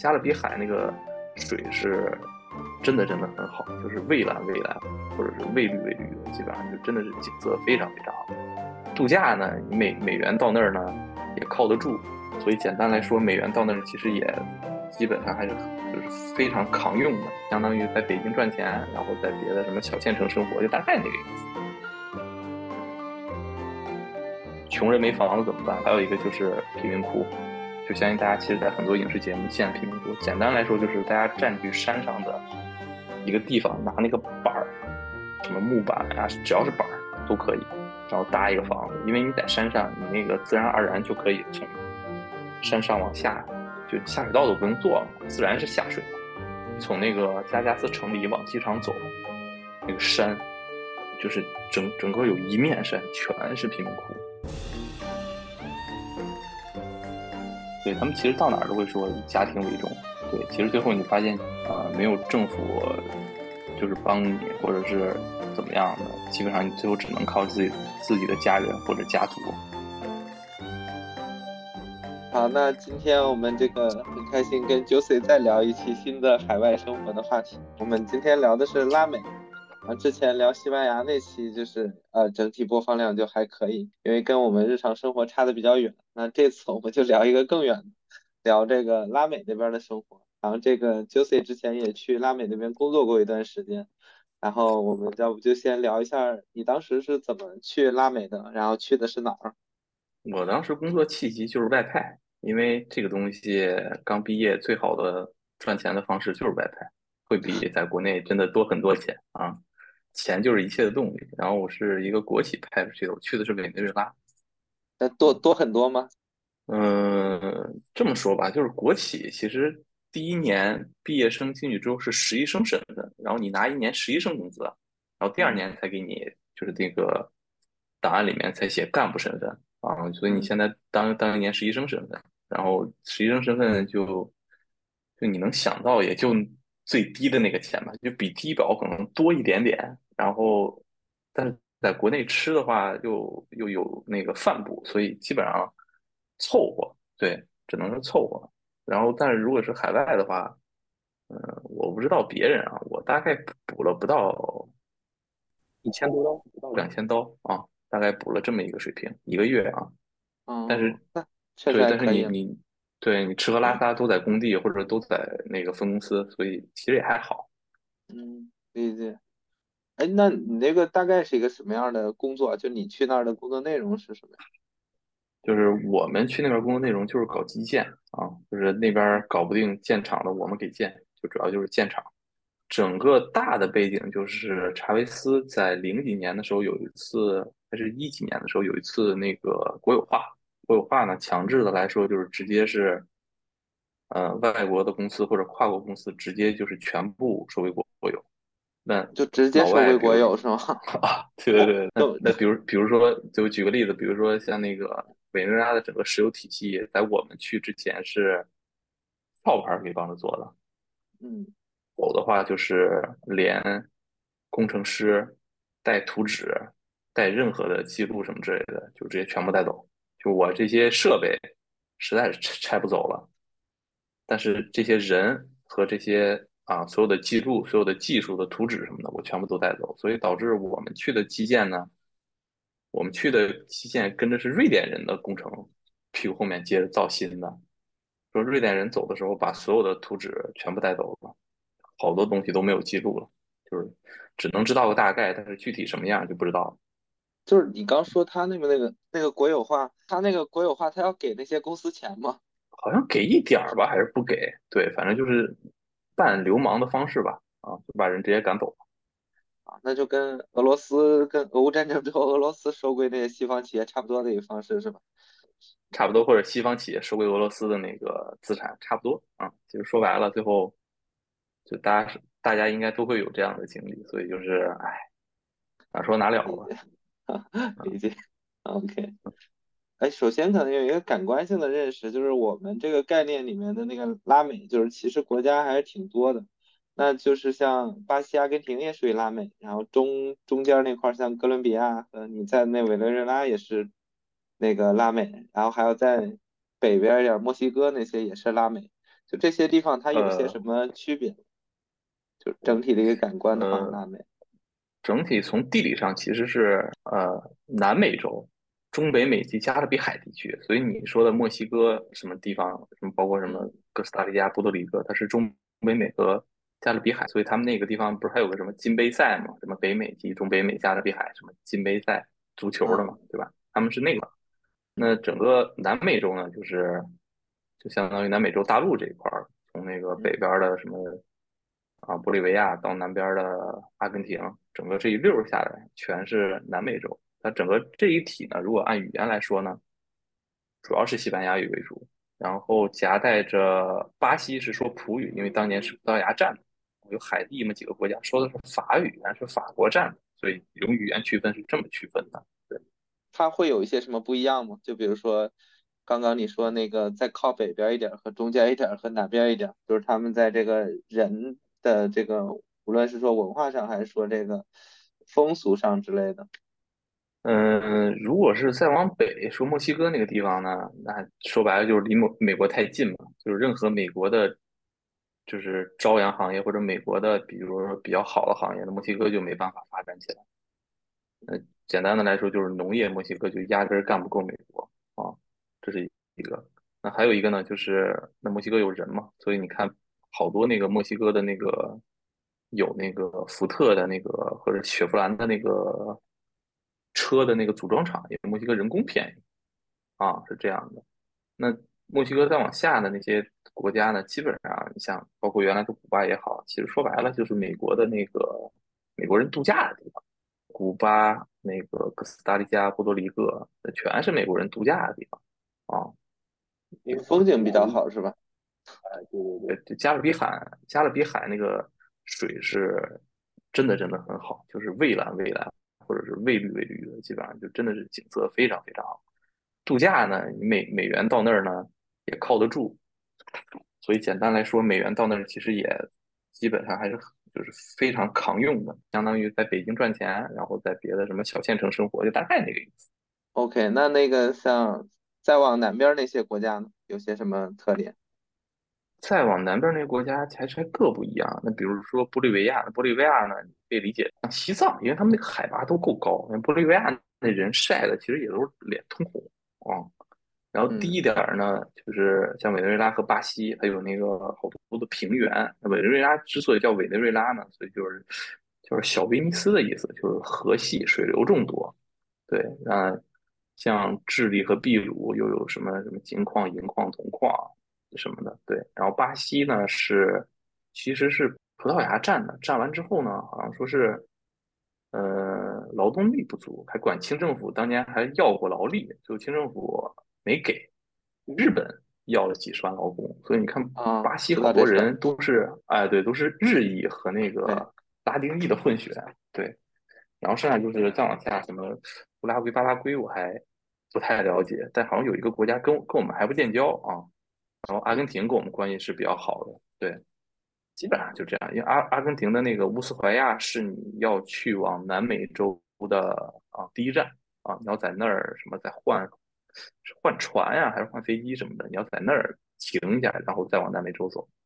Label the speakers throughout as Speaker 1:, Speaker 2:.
Speaker 1: 加勒比海那个水是真的很好，就是蔚蓝蔚蓝，或者是蔚绿蔚绿的，基本上就真的是景色非常非常好。度假呢，你美元到那儿呢也靠得住，所以简单来说，美元到那儿其实也基本上还是就是非常抗用的，相当于在北京赚钱，然后在别的什么小县城生活，就大概那个意思。穷人没房子怎么办？还有一个就是贫民窟，就相信大家其实，在很多影视节目见贫民窟。简单来说，就是大家占据山上的一个地方，拿那个板儿，什么木板啊，只要是板儿都可以，然后搭一个房子。因为你在山上，你那个自然而然就可以从山上往下，就下水道都不用做了，自然是下水了。从那个加加斯城里往机场走，那个山就是整个有一面山全是贫民窟。对，他们其实到哪儿都会说以家庭为重。对，其实最后你发现，没有政府就是帮你，或者是怎么样的，基本上你最后只能靠自己的家人或者家族。
Speaker 2: 好，那今天我们这个很开心跟 Josie 再聊一期新的海外生活的话题。我们今天聊的是拉美，之前聊西班牙那期就是整体播放量就还可以，因为跟我们日常生活差的比较远。那这次我们就聊一个更远的，聊这个拉美那边的生活。然后这个 Josie 之前也去拉美那边工作过一段时间，然后我们要不就先聊一下你当时是怎么去拉美的，然后去的是哪儿？
Speaker 1: 我当时工作契机就是外派，因为这个东西刚毕业，最好的赚钱的方式就是外派，会比在国内真的多很多钱啊！钱就是一切的动力。然后我是一个国企派出去的，我去的是委内瑞拉。
Speaker 2: 多很多吗？
Speaker 1: 这么说吧，就是国企其实第一年毕业生进去之后是实习生身份，然后你拿一年实习生工资，然后第二
Speaker 2: 嗯
Speaker 1: 年才给你就是那个档案里面才写干部身份啊，所以你
Speaker 2: 嗯。
Speaker 1: 现在当一年实习生身份，然后实习生身份就你能想到也就最低的那个钱吧，就比低保可能多一点点，然后但是在国内吃的话又有那个饭补，所以基本上凑合，对，只能是凑合。然后但是如果是海外的话，我不知道别人啊，我大概补了不到1000多刀，不到2000刀啊，大概补了这么一个水平，一个月啊。但
Speaker 2: 哦，
Speaker 1: 是，
Speaker 2: 那确实
Speaker 1: 对，但是
Speaker 2: 还可以了。
Speaker 1: 对你吃喝拉撒都在工地或者都在那个分公司，所以其实也还好。
Speaker 2: 嗯，理解。哎，那你那个大概是一个什么样的工作啊？就你去那儿的工作内容是什么呀？
Speaker 1: 就是我们去那边工作内容就是搞基建啊，就是那边搞不定建厂的，我们给建，就主要就是建厂。整个大的背景就是查韦斯在零几年的时候有一次，还是20几年的时候有一次那个国有化。国有化呢，强制的来说就是直接是，外国的公司或者跨国公司直接就是全部收归国有。那
Speaker 2: 就直接
Speaker 1: 老外，
Speaker 2: 收归
Speaker 1: 比如说
Speaker 2: 国有是吗？
Speaker 1: 啊，对对对，那
Speaker 2: 都
Speaker 1: 那比如说，就举个例子，比如说像那个委内瑞拉的整个石油体系，在我们去之前是壳牌儿给帮着做的，
Speaker 2: 嗯，
Speaker 1: 走的话就是连工程师带图纸、带任何的记录什么之类的，就直接全部带走。就我这些设备实在是拆不走了，但是这些人和这些所有的记录、所有的技术的图纸什么的，我全部都带走，所以导致我们去的基建呢，我们去的基建跟着是瑞典人的工程屁股后面接着造新的。说瑞典人走的时候把所有的图纸全部带走了，好多东西都没有记录了，就是只能知道个大概，但是具体什么样就不知道了。
Speaker 2: 就是你刚说他那个国有化，他那个国有化，他要给那些公司钱吗？
Speaker 1: 好像给一点儿吧，还是不给？对，反正就是半流氓的方式吧，就把人直接赶走了。
Speaker 2: 啊，那就跟俄罗斯跟俄乌战争之后俄罗斯收归那些西方企业差不多的一个方式是吧？
Speaker 1: 差不多，或者西方企业收归俄罗斯的那个资产差不多啊。其实说白了，最后就大家应该都会有这样的经历，所以就是哎，哪说哪了吧。
Speaker 2: 理解，理解。OK。哎，首先可能有一个感官性的认识，就是我们这个概念里面的那个拉美，就是其实国家还是挺多的。那就是像巴西、阿根廷也属于拉美，然后中间那块儿像哥伦比亚和你在那委内瑞拉也是那个拉美，然后还有在北边儿一点儿墨西哥那些也是拉美。 就这些地方它有些
Speaker 1: 呃
Speaker 2: 什么区别？就整体的一个感官的话，
Speaker 1: 呃，
Speaker 2: 拉美。
Speaker 1: 整体从地理上其实是南美洲、中北美及加勒比海地区，所以你说的墨西哥什么地方，什么包括什么
Speaker 2: 嗯
Speaker 1: 哥斯达黎加、波多黎各，它是中北美和加勒比海，所以他们那个地方不是还有个什么金杯赛嘛？什么北美及中北美加勒比海什么金杯赛足球的
Speaker 2: 嗯
Speaker 1: 嘛，对吧？他们是那个。那整个南美洲呢，就相当于南美洲大陆这一块儿，从那个
Speaker 2: 嗯。
Speaker 1: 北边的什么玻利维亚到南边的阿根廷，整个这一溜儿下来全是南美洲。它整个这一体呢，如果按语言来说呢，主要是西班牙语为主，然后夹带着巴西是说葡语，因为当年是葡萄牙占的，有海地嘛几个国家说的是法语，但是法国占的，所以用语言区分是这么区分的。对。
Speaker 2: 它会有一些什么不一样吗？就比如说，刚刚你说那个再靠北边一点儿和中间一点儿和南边一点儿，就是他们在这个人的这个，无论是说文化上还是说这个风俗上之类的。
Speaker 1: 如果是再往北说墨西哥那个地方呢，那说白了就是离美国太近嘛，就是任何美国的，就是朝阳行业或者美国的，比如说比较好的行业，那墨西哥就没办法发展起来。简单的来说，就是农业墨西哥就压根儿干不过美国啊，这是一个。那还有一个呢，就是那墨西哥有人嘛，所以你看好多那个墨西哥的那个有那个福特的那个或者雪佛兰的那个车的那个组装厂，也墨西哥人工便宜啊，是这样的。那墨西哥再往下的那些国家呢，基本上你像包括原来的古巴也好，其实说白了就是美国的那个美国人度假的地方。古巴、那个哥斯达黎加、波多黎各，那全是美国人度假的地方啊。
Speaker 2: 因为风景比较好，是吧？
Speaker 1: 对，这加勒比海那个水是真的很好，就是蔚蓝蔚蓝，或者是蔚绿蔚绿的，基本上就真的是景色非常非常好。度假呢，你美元到那儿呢也靠得住，所以简单来说，美元到那儿其实也基本上还是就是非常扛用的，相当于在北京赚钱，然后在别的什么小县城生活，就大概那个意思。
Speaker 2: OK，那个像再往南边那些国家呢，有些什么特点？
Speaker 1: 再往南边那个国家还各不一样。那比如说玻利维亚呢，你可以理解像西藏，因为他们那个海拔都够高。那玻利维亚那人晒的其实也都是脸通红啊。然后低
Speaker 2: 嗯
Speaker 1: 一点儿呢，就是像委内瑞拉和巴西，它有那个好多的平原。那委内瑞拉之所以叫委内瑞拉呢，所以就是小威尼斯的意思，就是河系水流众多。对，那像智利和秘鲁又有什么什么金矿、银矿、铜矿什么的，对。然后巴西呢其实是葡萄牙占的，占完之后呢，好像说是劳动力不足，还管清政府当年还要过劳力，最后清政府没给，日本要了几十万劳工，所以你看
Speaker 2: 啊，
Speaker 1: 巴西
Speaker 2: 知道这事儿。
Speaker 1: 好多人都是哎对，都是日裔和那
Speaker 2: 对。
Speaker 1: 个拉丁裔的混血，对。然后剩下就是再往下，什么乌拉圭、巴拉圭，我还不太了解，但好像有一个国家跟我们还不建交啊。然后阿根廷跟我们关系是比较好的，对，基本上就这样。因为阿根廷的那个乌斯怀亚是你要去往南美洲的第一站啊，你要在那儿什么再换船呀、还是换飞机什么的，你要在那儿停一下，然后再往南美洲走。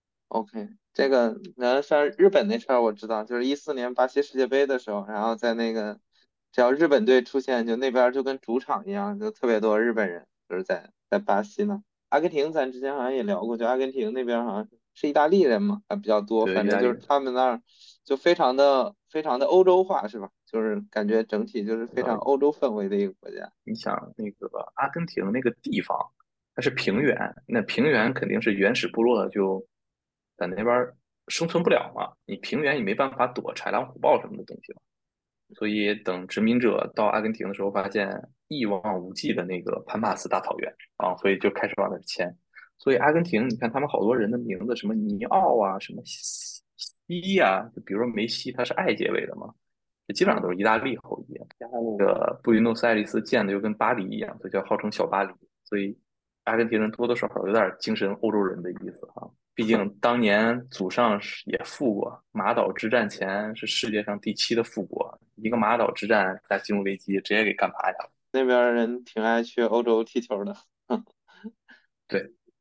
Speaker 2: OK，这个像日本那事儿我知道，就是14年巴西世界杯的时候，然后在那个只要日本队出现，就那边儿就跟主场一样，就特别多日本人，就是在巴西呢。阿根廷咱之前好像也聊过，就阿根廷那边儿好像是意大利人嘛，还比较多，
Speaker 1: 对，
Speaker 2: 反正就是
Speaker 1: 意大利人。
Speaker 2: 他们那儿就非常的欧洲化，是吧？就是感觉整体就是非常欧洲氛围的一个国家。
Speaker 1: 你想那个阿根廷那个地方，它是平原，那平原肯定是原始部落就在那边儿生存不了嘛。你平原你没办法躲豺狼虎豹什么的东西嘛。所以等殖民者到阿根廷的时候，发现一望无际的那个潘帕斯大草原啊，所以就开始往那儿迁。所以阿根廷，你看他们好多人的名字，什么尼奥啊，什么西呀、就比如说梅西，他是爱结尾的嘛，这基本上都
Speaker 2: 嗯。
Speaker 1: 是意大利后裔。加上那个布宜诺斯艾利斯建的又跟巴黎一样，所以叫号称小巴黎。所以阿根廷人多多少少有点精神欧洲人的意思啊。毕竟当年祖上是也富过，马岛之战前是世界上第7的富国，一个马岛之战加金融危机，直接给干趴下了。
Speaker 2: 那边儿人挺爱去欧洲踢球的。
Speaker 1: 对，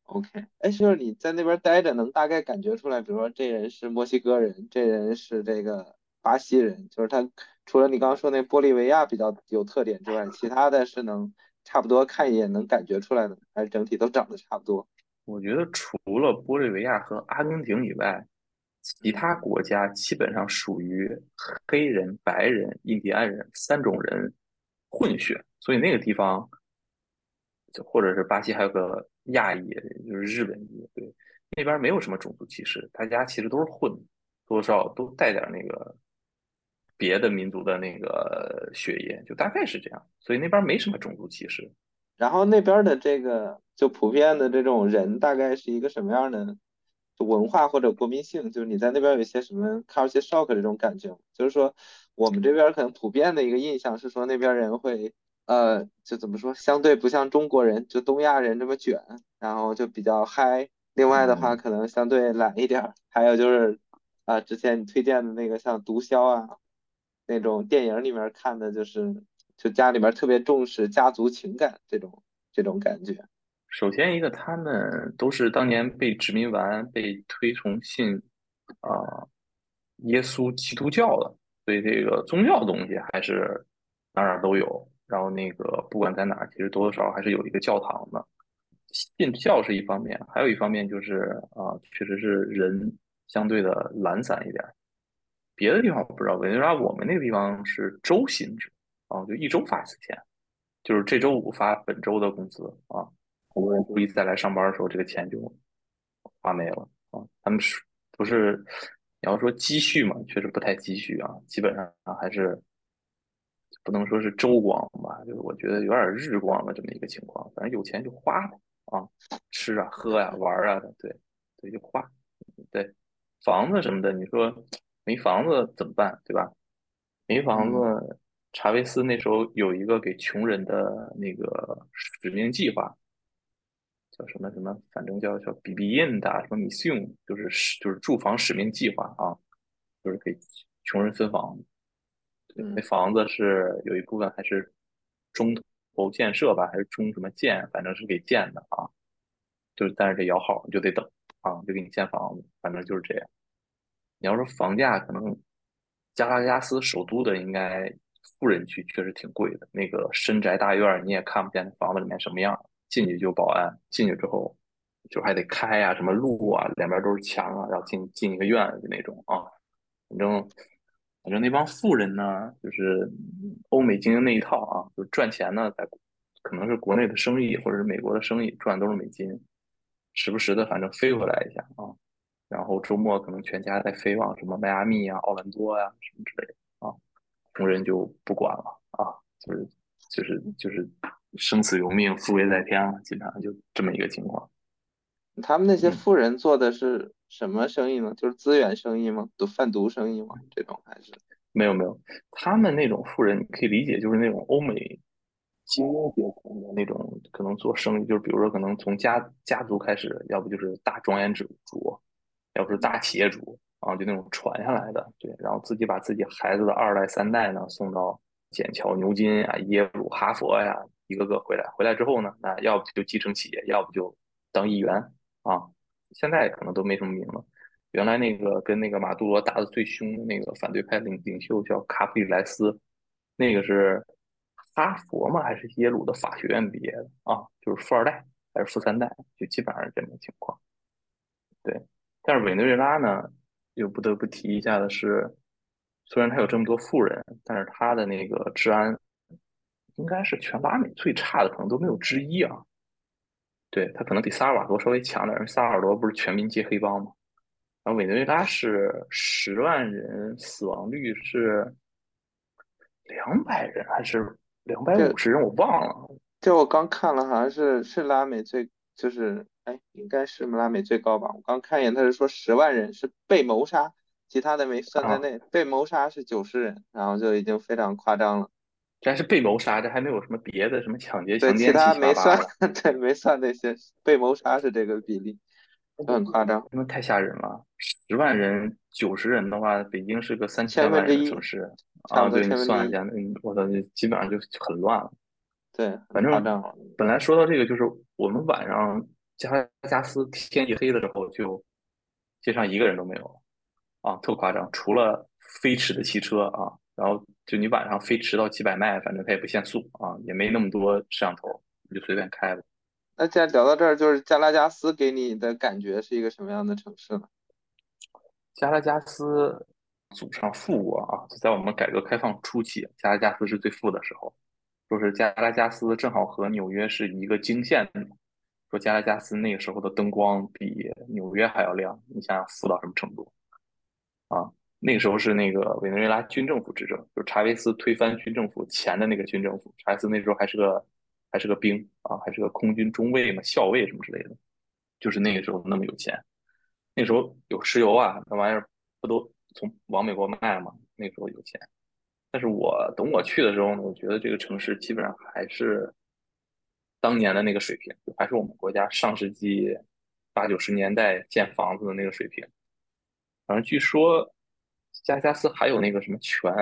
Speaker 2: OK，哎，就是你在那边待着，能大概感觉出来，比如说这人是墨西哥人，这人是这个巴西人，就是他除了你刚刚说那玻利维亚比较有特点之外，其他的是能差不多看一眼能感觉出来的，还是整体都长得差不多？
Speaker 1: 我觉得除了玻利维亚和阿根廷以外，其
Speaker 2: 嗯，
Speaker 1: 他国家基本上属于黑人、白人、印第安人三种人混血，所以那个地方，就或者是巴西还有个亚裔，就是日本裔，对，那边没有什么种族歧视，大家其实都是混，多少都带点那个别的民族的那个血液，就大概是这样，所以那边没什么种族歧视。
Speaker 2: 然后那边的这个就普遍的这种人大概是一个什么样的就文化或者国民性？就是你在那边有一些什么 culture shock 这种感觉吗？就是说我们这边可能普遍的一个印象是说那边人会就怎么说，相对不像中国人就东亚人这么卷，然后就比较嗨。另外的话
Speaker 1: 嗯，
Speaker 2: 可能相对懒一点儿，还有就是之前你推荐的那个像毒枭啊那种电影里面看的，就是就家里面特别重视家族情感这种感觉。
Speaker 1: 首先一个，他们都是当年被殖民完，被推崇信耶稣基督教的，所以这个宗教的东西还是哪儿都有。然后那个不管在哪儿，其实多多少少还是有一个教堂的。信教是一方面，还有一方面就是确实是人相对的懒散一点。别的地方我不知道，委内瑞拉我们那个地方是周薪制就一周发一次钱，就是这周五发本周的工资啊。很多人周一再来上班的时候，这个钱就花没了啊。他们是不是你要说积蓄嘛？确实不太积蓄啊，基本上还是不能说是周光吧，就是我觉得有点日光的这么一个情况。反正有钱就花呗啊，吃啊、喝呀、玩啊的，对对，就花。对，房子什么的，你说没房子怎么办，对吧？没房
Speaker 2: 嗯
Speaker 1: 子，查韦斯那时候有一个给穷人的那个使命计划，叫什么什么，反正叫 BB 的什么 Mission，就是住房使命计划啊，就是给穷人分房。对，那
Speaker 2: 嗯
Speaker 1: 房子是有一部分还是中投建设吧，还是中什么建，反正是给建的啊。就是但是得摇号，你就得等就给你建房子，反正就是这样。你要说房价，可能加拉加斯首都的应该富人区确实挺贵的，那个深宅大院儿你也看不见房子里面什么样，进去就保安，进去之后就还得开什么路两边都是墙然后进一个院子那种反正那帮富人呢，就是欧美精英那一套就是赚钱呢，可能是国内的生意或者是美国的生意赚的都是美金，时不时的反正飞回来一下然后周末可能全家再飞往什么迈阿密奥兰多什么之类的穷人就不管了就是就是生死由命，富贵在天基本上就这么一个情况。
Speaker 2: 他们那些
Speaker 1: 嗯，
Speaker 2: 富人做的是什么生意呢？就是资源生意吗？贩毒生意吗？这种还是？
Speaker 1: 没有没有，他们那种富人，你可以理解就是那种欧美精英阶层的那种，可能做生意，就是比如说可能从家族开始，要不就是大庄园主，要不是大企业主就那种传下来的，对，然后自己把自己孩子的二代三代呢送到剑桥、牛津耶鲁、哈佛一个个回来之后呢，那要不就继承企业，要不就当议员啊，现在可能都没什么名了。原来那个跟那个马杜罗打的最凶的那个反对派领袖叫卡普里莱斯，那个是哈佛吗？还是耶鲁的法学院毕业的就是富二代还是富三代，就基本上是这种情况。对，但是委内瑞拉呢，又不得不提一下的是，虽然它有这么多富人，但是它的那个治安应该是全拉美最差的，可能都没有之一啊。对，它可能比萨尔瓦多稍微强点儿，萨尔瓦多不是全民皆黑帮吗？然后委内瑞拉是10万人，死亡率是200人还是
Speaker 2: 这
Speaker 1: 250人，我忘了
Speaker 2: 这我刚看了，好像是拉美最就是哎，应该是拉美最高吧？我刚看一眼，他是说10万人是被谋杀，其他的没算在
Speaker 1: 啊。
Speaker 2: 内。被谋杀是90人，然后就已经非常夸张了。
Speaker 1: 这还是被谋杀，这还没有什么别的，什么抢劫、
Speaker 2: 对，其
Speaker 1: 强奸七
Speaker 2: 他没算，
Speaker 1: 七八八的，
Speaker 2: 对，没算那些被谋杀是这个比例，就很夸张，
Speaker 1: 他妈太吓人了。10万人90人的话，北京是个
Speaker 2: 千
Speaker 1: 3000万
Speaker 2: 分之一，
Speaker 1: 人的城市
Speaker 2: 差不多
Speaker 1: 对你
Speaker 2: 千分之一，
Speaker 1: 算一下，我的基本上就很乱了。
Speaker 2: 对，很
Speaker 1: 反正
Speaker 2: 夸张了。
Speaker 1: 本来说到这个，就是我们晚上加拉加斯天一黑的时候就街上一个人都没有啊，特夸张，除了飞驰的汽车啊，然后就你晚上飞驰到几百迈，反正它也不限速啊，也没那么多摄像头，你就随便开吧。
Speaker 2: 那既然聊到这儿，就是加拉加斯给你的感觉是一个什么样的城市呢？
Speaker 1: 加拉加斯祖上富过啊，就在我们改革开放初期，加拉加斯是最富的时候。就是加拉加斯正好和纽约是一个经线的，说加拉加斯那个时候的灯光比纽约还要亮，你想想富到什么程度啊？那个时候是那个委内瑞拉军政府执政，就是查韦斯推翻军政府前的那个军政府，查韦斯那时候还是个兵啊，还是个空军中尉嘛，校尉什么之类的，就是那个时候那么有钱。那时候有石油啊，那玩意儿不都往美国卖吗？那个时候有钱。但是等我去的时候呢，我觉得这个城市基本上还是当年的那个水平，还是我们国家上世纪80、90年代建房子的那个水平。反正据说加加斯还有那个什么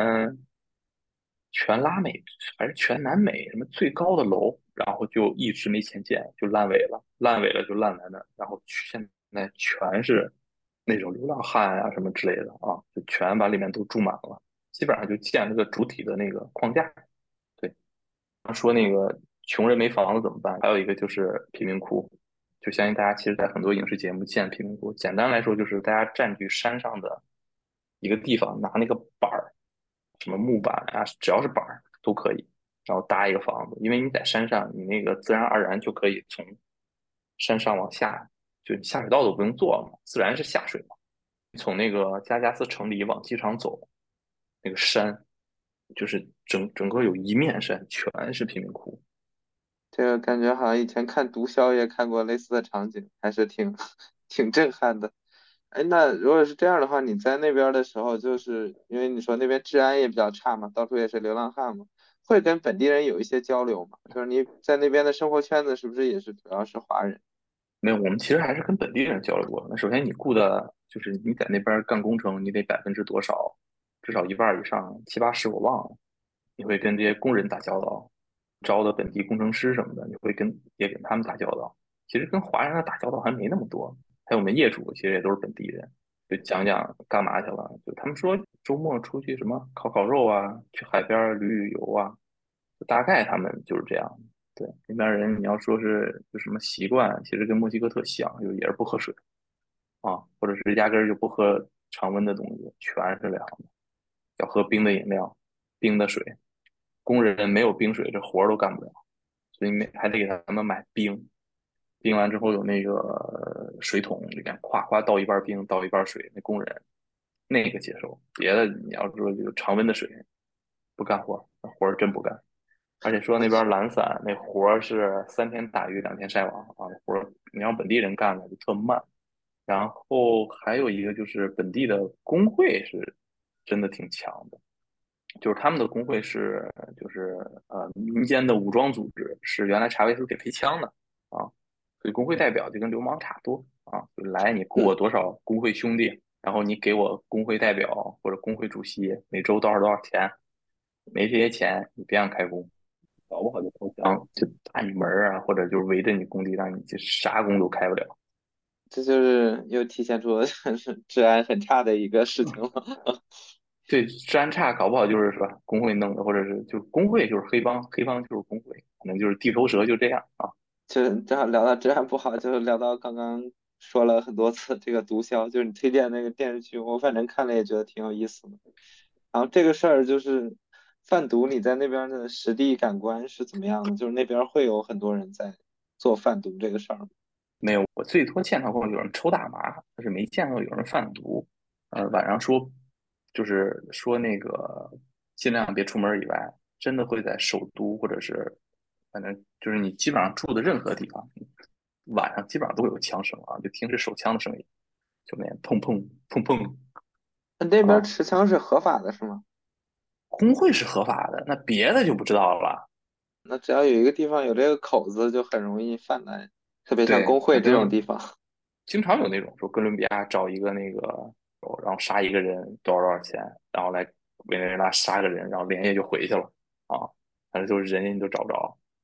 Speaker 1: 全拉美还是全南美什么最高的楼，然后就一直没钱建，就烂尾了，烂尾了就烂在那儿，然后现在全是那种流浪汉啊什么之类的啊，就全把里面都住满了，基本上就建了个主体的那个框架。对，说那个穷人没房子怎么办？还有一个就是贫民窟，就相信大家其实，在很多影视节目见贫民窟，简单来说就是大家占据山上的一个地方，拿那个板儿，什么木板啊，只要是板儿都可以，然后搭一个房子。因为你在山上，你那个自然而然就可以从山上往下，就你下水道都不用做了嘛，自然是下水嘛。从那个加加斯城里往机场走，那个山就是整个有一面山全是贫民窟。
Speaker 2: 这个感觉好像以前看毒枭也看过类似的场景，还是挺挺震撼的。哎，那如果是这样的话，你在那边儿的时候，就是因为你说那边治安也比较差嘛，到处也是流浪汉嘛，会跟本地人有一些交流嘛？就是你在那边的生活圈子是不是也是主要是华人？
Speaker 1: 没有，我们其实还是跟本地人交流过。那首先你雇的就是你在那边干工程，你得多少，至少一半儿以上，70、80我忘了。你会跟这些工人打交道，招的本地工程师什么的，你会也跟他们打交道。其实跟华人的打交道还没那么多。还有我们业主其实也都是本地人，就讲讲干嘛去了。就他们说周末出去什么烤烤肉啊，去海边儿旅游啊，就大概他们就是这样。对，那边人你要说是有什么习惯，其实跟墨西哥特像，就也是不喝水啊，或者是压根儿就不喝常温的东西，全是凉的，要喝冰的饮料、冰的水。工人没有冰水，这活儿都干不了，所以还得给他们买冰。冰完之后有那个水桶，里面夸夸倒一半冰，倒一半水，那工人那个接受，别的你要说就常温的水不干活，那活儿真不干。而且说那边
Speaker 2: 我去，
Speaker 1: 懒散，那活儿是3天打鱼2天晒网啊，活儿你让本地人干的就特慢。然后还有一个就是本地的工会是真的挺强的，就是他们的工会是就是民间的武装组织，是原来查韦斯给配枪的啊，所以工会代表就跟流氓差不多啊，就来你雇我多少工会兄弟，然后你给我工会代表或者工会主席每周多少钱，没这些钱你别想开工，搞不好就投降，就打你门儿啊，或者就是围着你工地让你就啥工都开不了。
Speaker 2: 这就是又体现出是治安很差的一个事情了。
Speaker 1: 对，治安差，搞不好就是说工会弄的，或者是就工会就是黑帮，黑帮就是工会，可能就是地头蛇就这样啊。
Speaker 2: 就正好聊到治安不好，就聊到刚刚说了很多次这个毒枭，就是你推荐那个电视剧，我反正看了也觉得挺有意思的。然后这个事儿就是贩毒，你在那边的实地感官是怎么样的？就是那边会有很多人在做贩毒这个事儿吗？
Speaker 1: 没有，我最多见到过有人抽大麻，但是没见过有人贩毒。晚上说就是说那个尽量别出门以外，真的会在首都或者是反正就是你基本上住的任何地方，晚上基本上都会有枪声啊，就听是手枪的声音，就那样砰砰砰砰
Speaker 2: 那那边
Speaker 1: 啊。
Speaker 2: 持枪是合法的，是吗？
Speaker 1: 工会是合法的，那别的就不知道了。
Speaker 2: 那只要有一个地方有这个口子，就很容易泛滥，特别像
Speaker 1: 对，
Speaker 2: 工会这种
Speaker 1: 反正
Speaker 2: 地方。
Speaker 1: 经常有那种说哥伦比亚找一个那个，然后杀一个人多少钱，然后来委内瑞拉杀个人，然后连夜就回去了啊，反正就是人家都找不着。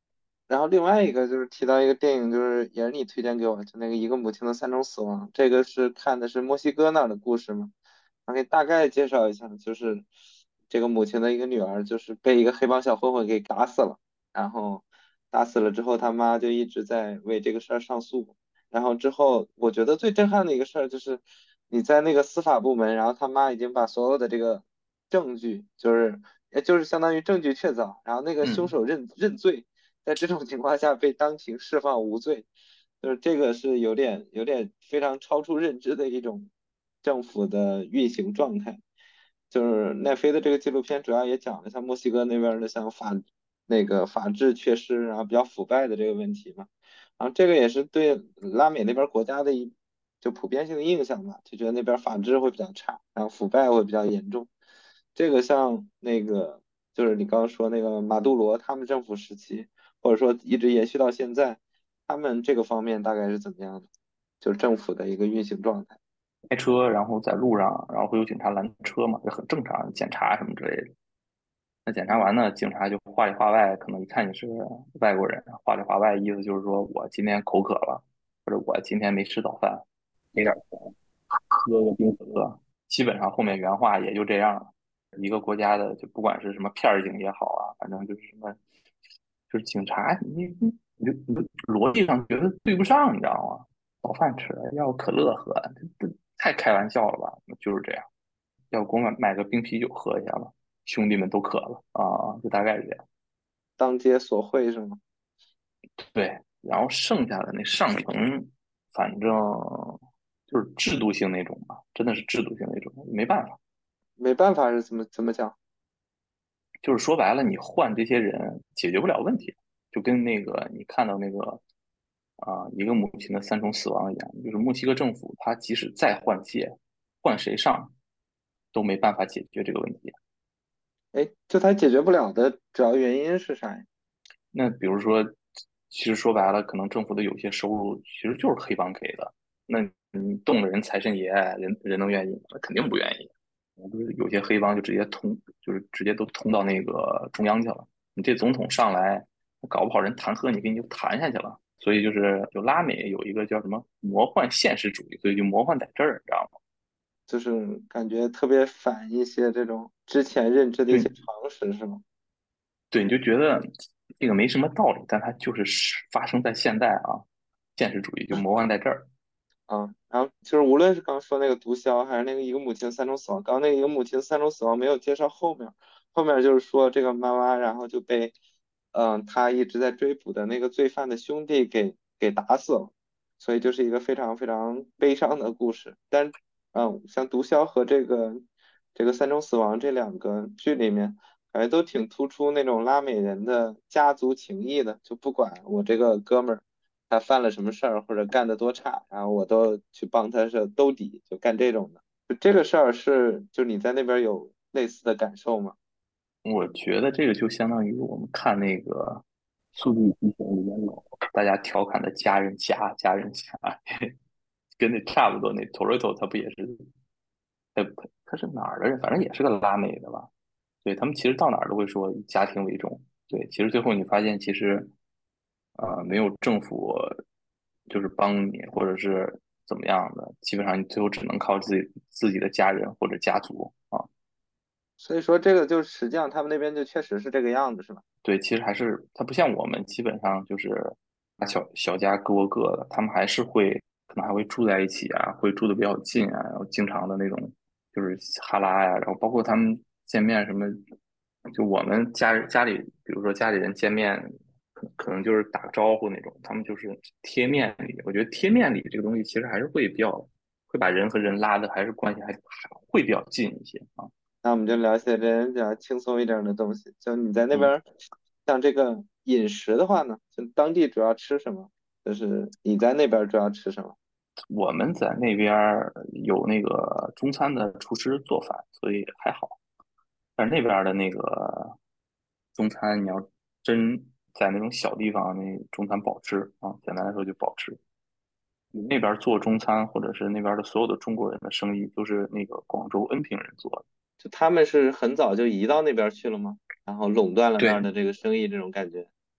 Speaker 2: 然后另外一个就是提到一个电影，就是也是你推荐给我，就那个一个母亲的三种死亡，这个是看的是墨西哥那儿的故事嘛。我给大概介绍一下，就是这个母亲的一个女儿，就是被一个黑帮小混混给打死了，然后打死了之后，他妈就一直在为这个事儿上诉。然后之后，我觉得最震撼的一个事儿就是你在那个司法部门，然后他妈已经把所有的这个证据，也就是相当于证据确凿，然后那个凶
Speaker 1: 嗯，
Speaker 2: 手认罪，在这种情况下被当庭释放无罪，就是这个是有点非常超出认知的一种政府的运行状态。就是奈飞的这个纪录片主要也讲了像墨西哥那边儿的像法治缺失，然后比较腐败的这个问题嘛。然后这个也是对拉美那边国家的就普遍性的印象吧，就觉得那边法治会比较差，然后腐败会比较严重。这个像那个就是你刚刚说那个马杜罗他们政府时期，或者说一直延续到现在，他们这个方面大概是怎么样的？就是政府的一个运行状态。
Speaker 1: 开车，然后在路上，然后会有警察拦车嘛，这很正常，检查什么之类的。那检查完呢，警察就话里话外，可能一看你是外国人，话里话外意思就是说我今天口渴了，或者我今天没吃早饭，给点钱，喝个冰可乐。基本上后面原话也就这样了。一个国家的，就不管是什么片儿警也好啊，反正就是什么，就是警察，你就逻辑上觉得对不上，你知道吗？早饭吃，要可乐喝，这太开玩笑了吧？就是这样，要给我买个冰啤酒喝一下吧，兄弟们都渴了啊，就大概是这样。
Speaker 2: 当街索贿是吗？
Speaker 1: 对，然后剩下的那上层，反正就是制度性那种吧，真的是制度性那种，没办法。
Speaker 2: 没办法是怎么讲？
Speaker 1: 就是说白了，你换这些人解决不了问题，就跟那个你看到那个一个母亲的三重死亡一样，就是墨西哥政府他即使再换届，换谁上都没办法解决这个问题。
Speaker 2: 哎，就他解决不了的主要原因是啥呀？
Speaker 1: 那比如说，其实说白了，可能政府的有些收入其实就是黑帮给的，那你动了人财神爷，人能愿意吗？那肯定不愿意。就是有些黑帮就直接通，就是直接都通到那个中央去了。你这总统上来，搞不好人弹劾你，给你就弹下去了。所以就拉美有一个叫什么魔幻现实主义，所以就魔幻在这儿，你知道吗？
Speaker 2: 就是感觉特别反一些这种之前认知的一些
Speaker 1: 对
Speaker 2: 常识，是吗？
Speaker 1: 对，你就觉得这个没什么道理，但它就是发生在现代啊，现实主义就魔幻在这儿。
Speaker 2: 啊，然后就是无论是刚说那个毒枭，还是那个一个母亲三种死亡，刚刚那个一个母亲三种死亡没有介绍后面，后面就是说这个妈妈，然后就被，他一直在追捕的那个罪犯的兄弟给打死了，所以就是一个非常非常悲伤的故事。但，像毒枭和这个三种死亡这两个剧里面，感觉都挺突出那种拉美人的家族情谊的，就不管我这个哥们儿。他犯了什么事儿或者干得多差，然后我都去帮他是兜底，就干这种的。就这个事儿是，就你在那边有类似的感受吗？
Speaker 1: 我觉得这个就相当于我们看那个《速度与激情》里面有大家调侃的家人侠，跟那差不多。那 Toretto 他不也是，他是哪儿的人？反正也是个拉美的吧？对，他们其实到哪儿都会说以家庭为重。对，其实最后你发现，其实没有政府就是帮你，或者是怎么样的，基本上你最后只能靠自己的家人或者家族啊。
Speaker 2: 所以说这个就实际上他们那边就确实是这个样子，是吧？
Speaker 1: 对，其实还是它不像我们，基本上就是大小家各过各的，他们还是会可能还会住在一起啊，会住的比较近啊，然后经常的那种就是哈拉呀，然后包括他们见面什么，就我们家里，比如说家里人见面，可能就是打个招呼那种，他们就是贴面礼。我觉得贴面礼这个东西其实还是会比较会把人和人拉的还是关系还会比较近一些啊。
Speaker 2: 那我们就聊一些人比较轻松一点儿的东西。就你在那边
Speaker 1: 嗯。
Speaker 2: 儿，像这个饮食的话呢，就当地主要吃什么？就是你在那边儿主要吃什么？
Speaker 1: 我们在那边儿有那个中餐的厨师做饭，所以还好。但是那边儿的那个中餐，你要真在那种小地方，那中餐不好吃啊。简单来说就不好吃。那边儿做中餐或者是那边儿的所有的中国人的生意，都是那个广州恩平人做的。
Speaker 2: 就他们是很早就移到那边儿去了吗？然后垄断了那
Speaker 1: 对，
Speaker 2: 儿的这个生意，这种感觉。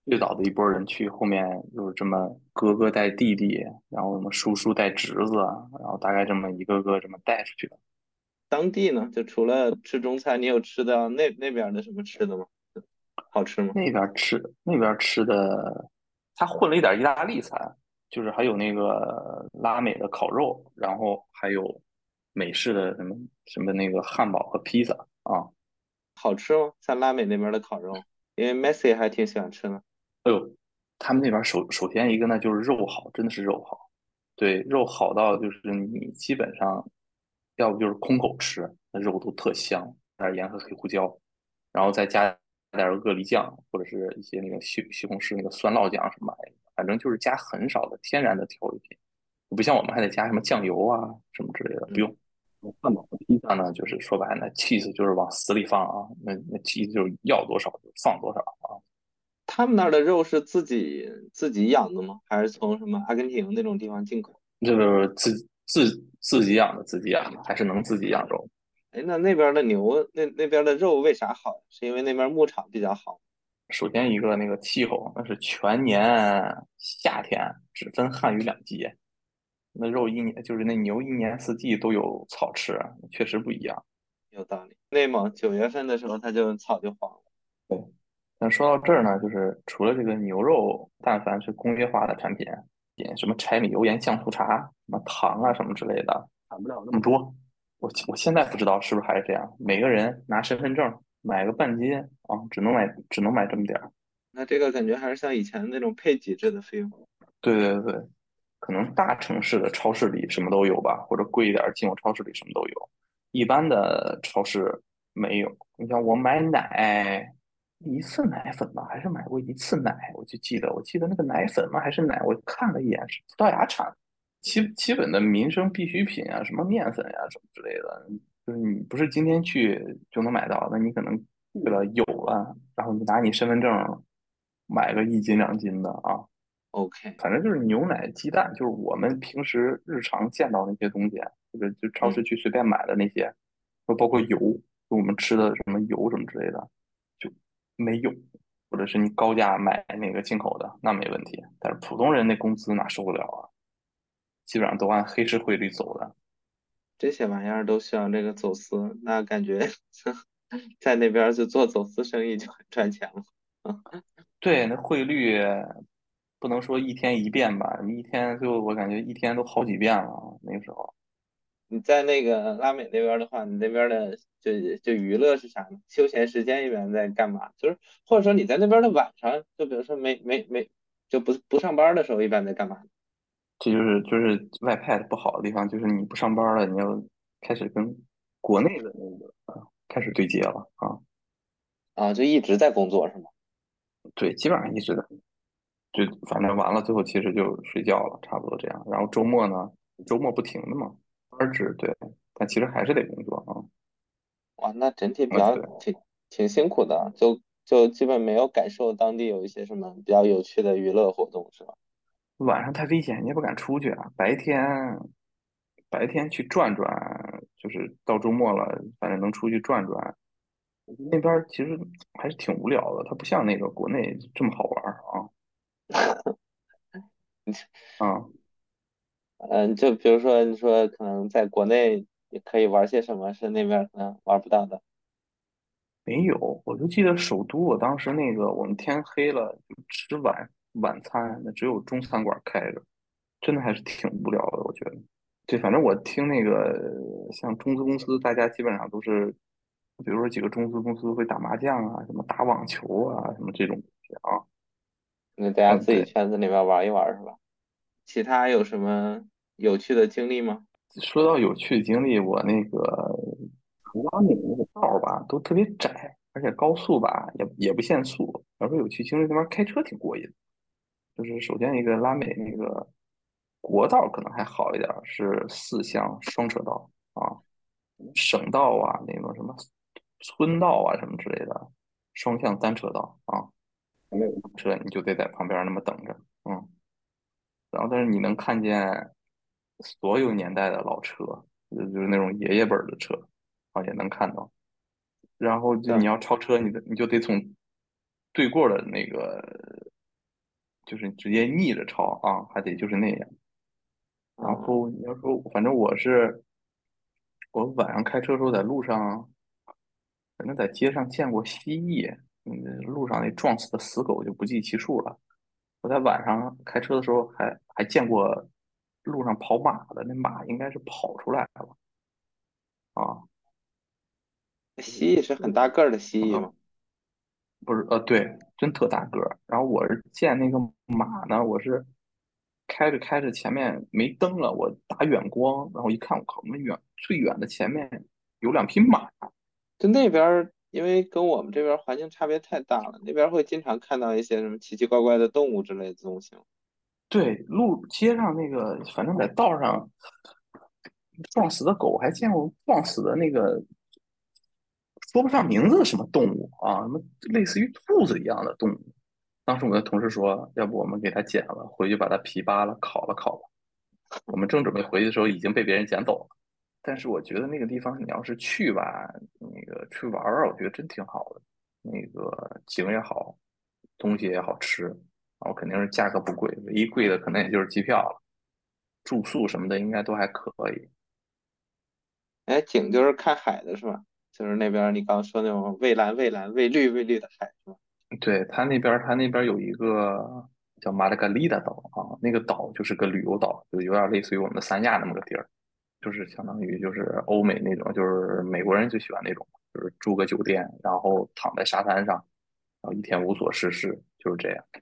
Speaker 1: 最早的一波人去，后面就是这么哥哥带弟弟，然后什么叔叔带侄子，然后大概这么一个个这么带出去的。
Speaker 2: 当地呢，就除了吃中餐，你有吃到那边的什么吃的吗？好吃吗？
Speaker 1: 那边吃的，他混了一点意大利餐，就是还有那个拉美的烤肉，然后还有美式的什么什么那个汉堡和披萨啊。
Speaker 2: 好吃吗？像拉美那边的烤肉，因为 Messi 还挺喜欢吃的。
Speaker 1: 哎呦，他们那边首先一个呢就是肉好，真的是肉好，对，肉好到就是你基本上要不就是空口吃，那肉都特香，加点盐和黑胡椒，然后再加点鳄梨酱或者是一些那个西红柿那个酸辣酱什么玩意的，反正就是加很少的天然的调味品，不像我们还得加什么酱油啊什么之类的，不
Speaker 2: 嗯，
Speaker 1: 用。汉堡和披萨呢，就是说白了，那 cheese 就是往死里放啊，那 cheese 就是要多少就放多少啊。
Speaker 2: 他们那儿的肉是自己养的吗？还是从什么阿根廷那种地方进口？
Speaker 1: 这个自己养的，自己养的，还是能自己养肉。
Speaker 2: 哎，那边的牛，那边的肉为啥好？是因为那边牧场比较好。
Speaker 1: 首先一个那个气候，那是全年夏天只分汉语2季，那肉一年就是那牛一年四季都有草吃，确实不一样。
Speaker 2: 有道理。内蒙9月份的时候，它就草就黄了。
Speaker 1: 对，但说到这儿呢，就是除了这个牛肉，但凡是工业化的产品，点什么柴米油盐酱醋茶、什么糖啊什么之类的，产不了那么多。我现在不知道是不是还是这样，每个人拿身份证买个半斤啊，只能买这么点儿。
Speaker 2: 那这个感觉还是像以前那种配给制的 feel。
Speaker 1: 对对对，可能大城市的超市里什么都有吧，或者贵一点儿进口超市里什么都有，一般的超市没有。你像我买奶，一次奶粉吧，还是买过一次奶，我记得那个奶粉吗？还是奶？我看了一眼是葡萄牙产的，基本的民生必需品啊，什么面粉呀、什么之类的，就是你不是今天去就能买到，那你可能去了有了，然后你拿你身份证买个1斤2斤的啊。
Speaker 2: OK。
Speaker 1: 反正就是牛奶、鸡蛋，就是我们平时日常见到那些东西，或者就超
Speaker 2: 嗯，
Speaker 1: 市去随便买的那些，包括油，就我们吃的什么油什么之类的，就没有。或者是你高价买那个进口的，那没问题。但是普通人那工资哪受得了啊？基本上都按黑市汇率走的。
Speaker 2: 这些玩意儿都需要这个走私，那感觉在那边儿就做走私生意就很赚钱了。
Speaker 1: 对，那汇率不能说一天一变吧，一天就我感觉一天都好几遍了。那个时候。
Speaker 2: 你在那个拉美那边儿的话，你那边儿的就娱乐是啥呢？休闲时间一般在干嘛？就是或者说你在那边儿的晚上，就比如说没就不上班儿的时候，一般在干嘛？
Speaker 1: 这就是外派的不好的地方，就是你不上班了，你要开始跟国内的那个开始对接了啊。
Speaker 2: 啊，就一直在工作是吗？
Speaker 1: 对，基本上一直的，就反正完了最后其实就睡觉了，差不多这样。然后周末呢，周末不停的嘛，班制对，但其实还是得工作啊。
Speaker 2: 哇，那整体比
Speaker 1: 啊，
Speaker 2: 较
Speaker 1: 对，
Speaker 2: 挺辛苦的啊，就基本没有感受当地有一些什么比较有趣的娱乐活动是吧？
Speaker 1: 晚上太危险，你也不敢出去啊。白天去转转，就是到周末了，反正能出去转转。那边儿其实还是挺无聊的，它不像那个国内这么好玩儿啊。啊，
Speaker 2: 嗯，就比如说你说可能在国内也可以玩些什么，是那边儿可能玩不到的。
Speaker 1: 没有，我就记得首都，我当时那个我们天黑了就吃晚餐，那只有中餐馆开着，真的还是挺无聊的，我觉得。对，反正我听那个像中资公司，大家基本上都是，比如说几个中资公司会打麻将啊，什么打网球啊，什么这种东西啊。
Speaker 2: 那大家
Speaker 1: 嗯，
Speaker 2: 自己
Speaker 1: 对。
Speaker 2: 圈子里面玩一玩是吧？其他有什么有趣的经历吗？
Speaker 1: 说到有趣的经历，我那个拉美那个道儿吧，都特别窄，而且高速吧也不限速。要说有趣经历，那边开车挺过瘾。就是首先一个拉美那个国道可能还好一点儿，是4向双车道啊，省道啊那种什么村道啊什么之类的，双向单车道啊，没有车你就得在旁边儿那么等着，嗯。然后但是你能看见所有年代的老车，就是那种爷爷辈儿的车，啊也能看到。然后就
Speaker 2: 对，
Speaker 1: 你要超车，你就得从对过的那个。 就是直接逆着超啊，还得就是那样。然
Speaker 2: 嗯，
Speaker 1: 后你要说，反正我晚上开车的时候在路上，反正在街上见过蜥蜴，路上那撞死的死狗就不计其数了。我在晚上开车的时候还见过路上跑马的，那马应该是跑出来了啊。
Speaker 2: 那蜥蜴是很大个儿的蜥蜴
Speaker 1: 啊，
Speaker 2: 吗？
Speaker 1: 不是，对，真特大个儿。然后我是见那个马呢，我是开着开着前面没灯了，我打远光，然后一看，我靠，那最远的前面有两匹马。
Speaker 2: 就那边儿，因为跟我们这边儿环境差别太大了，那边儿会经常看到一些什么奇奇怪怪的动物之类的东西吗？
Speaker 1: 对，街上那个，反正在道上撞死的狗，还见过撞死的那个说不上名字的什么动物啊，什么类似于兔子一样的动物。当时我的同事说，要不我们给它剪了，回去把它皮扒了，烤了烤了。我们正准备回去的时候，已经被别人捡走了。但是我觉得那个地方你要是去吧，那个去玩儿，我觉得真挺好的。那个景也好，东西也好吃，然后肯定是价格不贵，唯一贵的可能也就是机票了，住宿什么的应该都还可以。
Speaker 2: 哎，景就是看海的是吧？就是那边儿你刚刚说那种蔚蓝蔚蓝、蔚绿蔚绿的海是吧？
Speaker 1: 对，他那边有一个叫马德嘎利达岛啊，那个岛就是个旅游岛，就有点类似于我们的三亚那么个地儿，就是相当于就是欧美那种，就是美国人最喜欢那种，就是住个酒店，然后躺在沙滩上，然后一天无所事事，就是这样。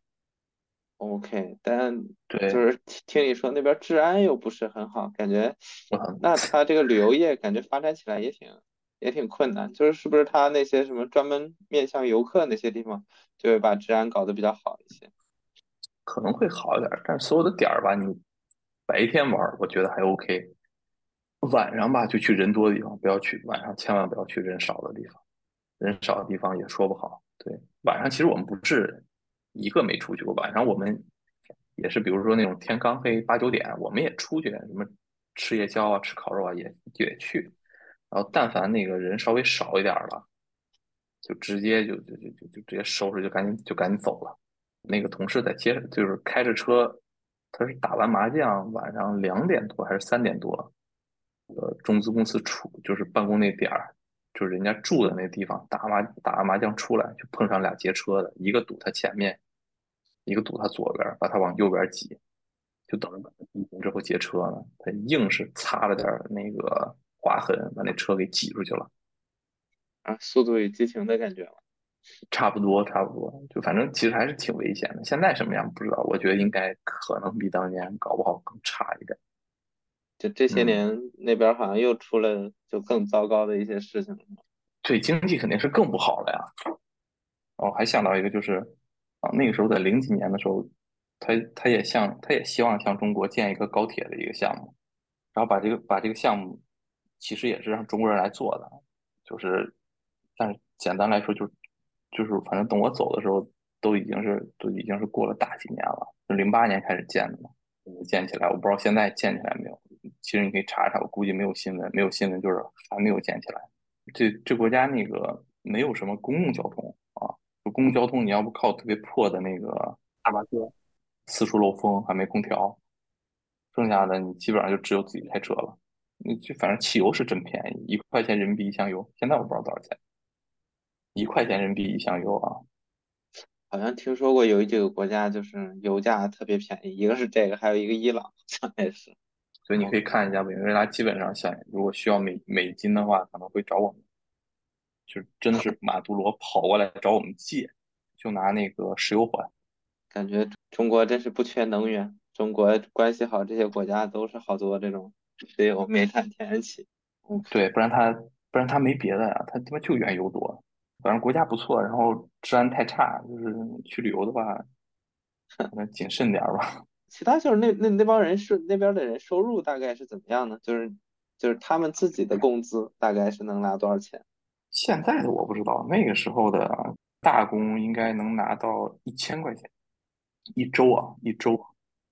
Speaker 2: OK，但就
Speaker 1: 对，
Speaker 2: 是听你说那边治安又不是很好，感觉
Speaker 1: 嗯，
Speaker 2: 那他这个旅游业感觉发展起来也挺困难，就是是不是他那些什么专门面向游客那些地方，就会把治安搞得比较好一些？
Speaker 1: 可能会好一点儿，但是所有的点儿吧，你白天玩儿我觉得还 OK，晚上吧就去人多的地方，不要去，晚上千万不要去人少的地方。人少的地方也说不好。对，晚上其实我们不是一个没出去过，晚上我们也是，比如说那种天刚黑8、9点，我们也出去，什么吃夜宵啊、吃烤肉啊，也去。然后但凡那个人稍微少一点儿了，就直接就直接收拾，就赶紧走了。那个同事在街上就是开着车，他是打完麻将，晚上2点多还是3点多，中资公司就是办公那点儿，就是人家住的那地方，打完麻将出来，就碰上俩劫车的，一个堵他前面，一个堵他左边把他往右边挤，就等着把他逼平之后劫车呢。他硬是擦了点那个划痕，把那车给挤出去了。
Speaker 2: 啊，《速度与激情》的感觉吗？
Speaker 1: 差不多，差不多，就反正其实还是挺危险的。现在什么样不知道，我觉得应该可能比当年搞不好更差一点。
Speaker 2: 就这些
Speaker 1: 嗯，
Speaker 2: 年那边好像又出了就更糟糕的一些事情了。
Speaker 1: 对，经济肯定是更不好了呀。哦，还想到一个，就是那个时候在零几年的时候，他也希望向中国建一个高铁的一个项目，然后把这个项目其实也是让中国人来做的，就是但是简单来说就是反正等我走的时候都已经是过了大几年了，就08年开始建的嘛，没建起来，我不知道现在建起来没有。其实你可以查查，我估计没有新闻，没有新闻就是还没有建起来。这国家那个没有什么公共交通啊，就公共交通你要不靠特别破的那个大巴车，四处漏风还没空调，剩下的你基本上就只有自己开车了。你就反正汽油是真便宜，1块钱人民币一箱油，现在我不知道多少钱，1块钱人民币一箱油啊。
Speaker 2: 好像听说过有几个国家就是油价特别便宜，一个是这个，还有一个伊朗，好像也是。
Speaker 1: 所以你可以看一下委内瑞拉，基本上像如果需要美金的话，可能会找我们，就真的是马杜罗跑过来找我们借，就拿那个石油还。
Speaker 2: 感觉中国真是不缺能源，中国关系好，这些国家都是好多这种石油、煤炭、天然气。
Speaker 1: 对，
Speaker 2: OK，
Speaker 1: 不然他没别的呀，他他妈就原油多。反正国家不错，然后治安太差，就是去旅游的话，可能谨慎点儿吧。
Speaker 2: 其他就是那帮人是那边的人收入大概是怎么样呢？就是他们自己的工资大概是能拿多少钱
Speaker 1: 现在的我不知道，那个时候的大工应该能拿到1000块钱一周啊，一周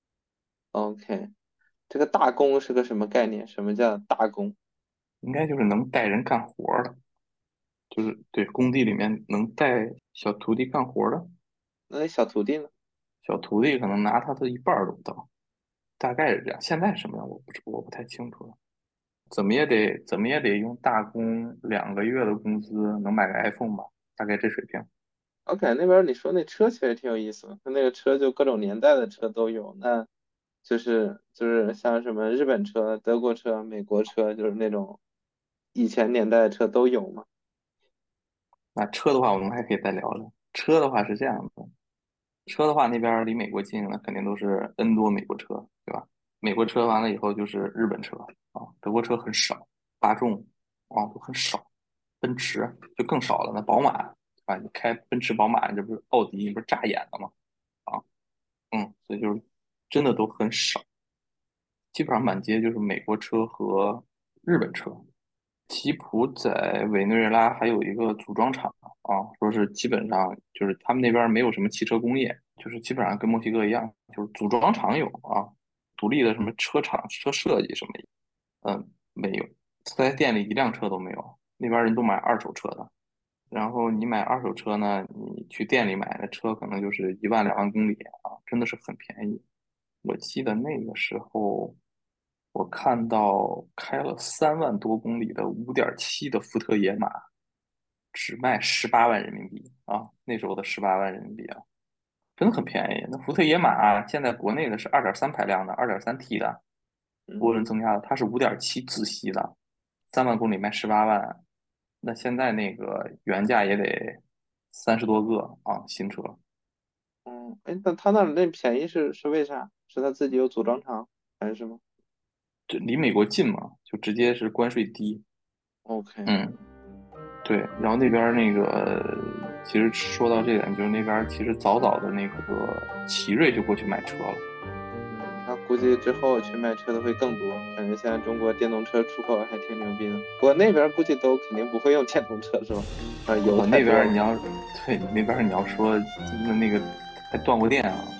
Speaker 2: ？OK，这个大工是个什么概念？什么叫大工？
Speaker 1: 应该就是能带人干活儿的，就是对工地里面能带小徒弟干活儿的。
Speaker 2: 那小徒弟呢？
Speaker 1: 小徒弟可能拿他的一半儿都不到，大概是这样。现在什么样我不太清楚了。怎么也得用大工2个月的工资能买个 iPhone 吧，大概这水平。
Speaker 2: OK，那边你说那车其实挺有意思的，它那个车就各种年代的车都有，那就是像什么日本车、德国车、美国车，就是那种以前年代的车都有嘛。
Speaker 1: 那车的话，我们还可以再聊聊。车的话是这样的，车的话那边儿离美国近，那肯定都是 N 多美国车，对吧？美国车完了以后就是日本车啊，德国车很少，大众啊都很少，奔驰就更少了。那宝马啊，你开奔驰、宝马，这不是奥迪，你不是扎眼了吗？啊，所以就是真的都很少，基本上满街就是美国车和日本车。吉普在委内瑞拉还有一个组装厂啊，说是基本上就是他们那边没有什么汽车工业，就是基本上跟墨西哥一样，就是组装厂有啊，独立的什么车厂、车设计什么，没有，4S店里一辆车都没有，那边人都买二手车的。然后你买二手车呢，你去店里买的车可能就是1万2万公里啊，真的是很便宜。我记得那个时候，我看到开了3万多公里的5.7的福特野马，只卖18万人民币啊，那时候的18万人民币啊，真的很便宜。那福特野马啊现在国内的是2.3排量的2.3T 的涡轮
Speaker 2: 嗯
Speaker 1: 增压的，它是5.7自吸的，3万公里卖18万，那现在那个原价也得30多个啊，新车。
Speaker 2: 哎，那他那儿那便宜是为啥？是他自己有组装厂还是什么
Speaker 1: 这离美国近嘛，就直接是关税低。
Speaker 2: ？OK，
Speaker 1: 嗯，对。然后那边儿那个，其实说到这点，就是那边儿其实早早的那个奇瑞就过去买车了。
Speaker 2: 那估计之后去卖车的会更多，感觉现在中国电动车出口还挺牛逼的。不过那边估计都肯定不会用电动车是吧？油
Speaker 1: 我那边
Speaker 2: 太多了。
Speaker 1: 儿你要，对，你那边儿你要说那个还断过电啊，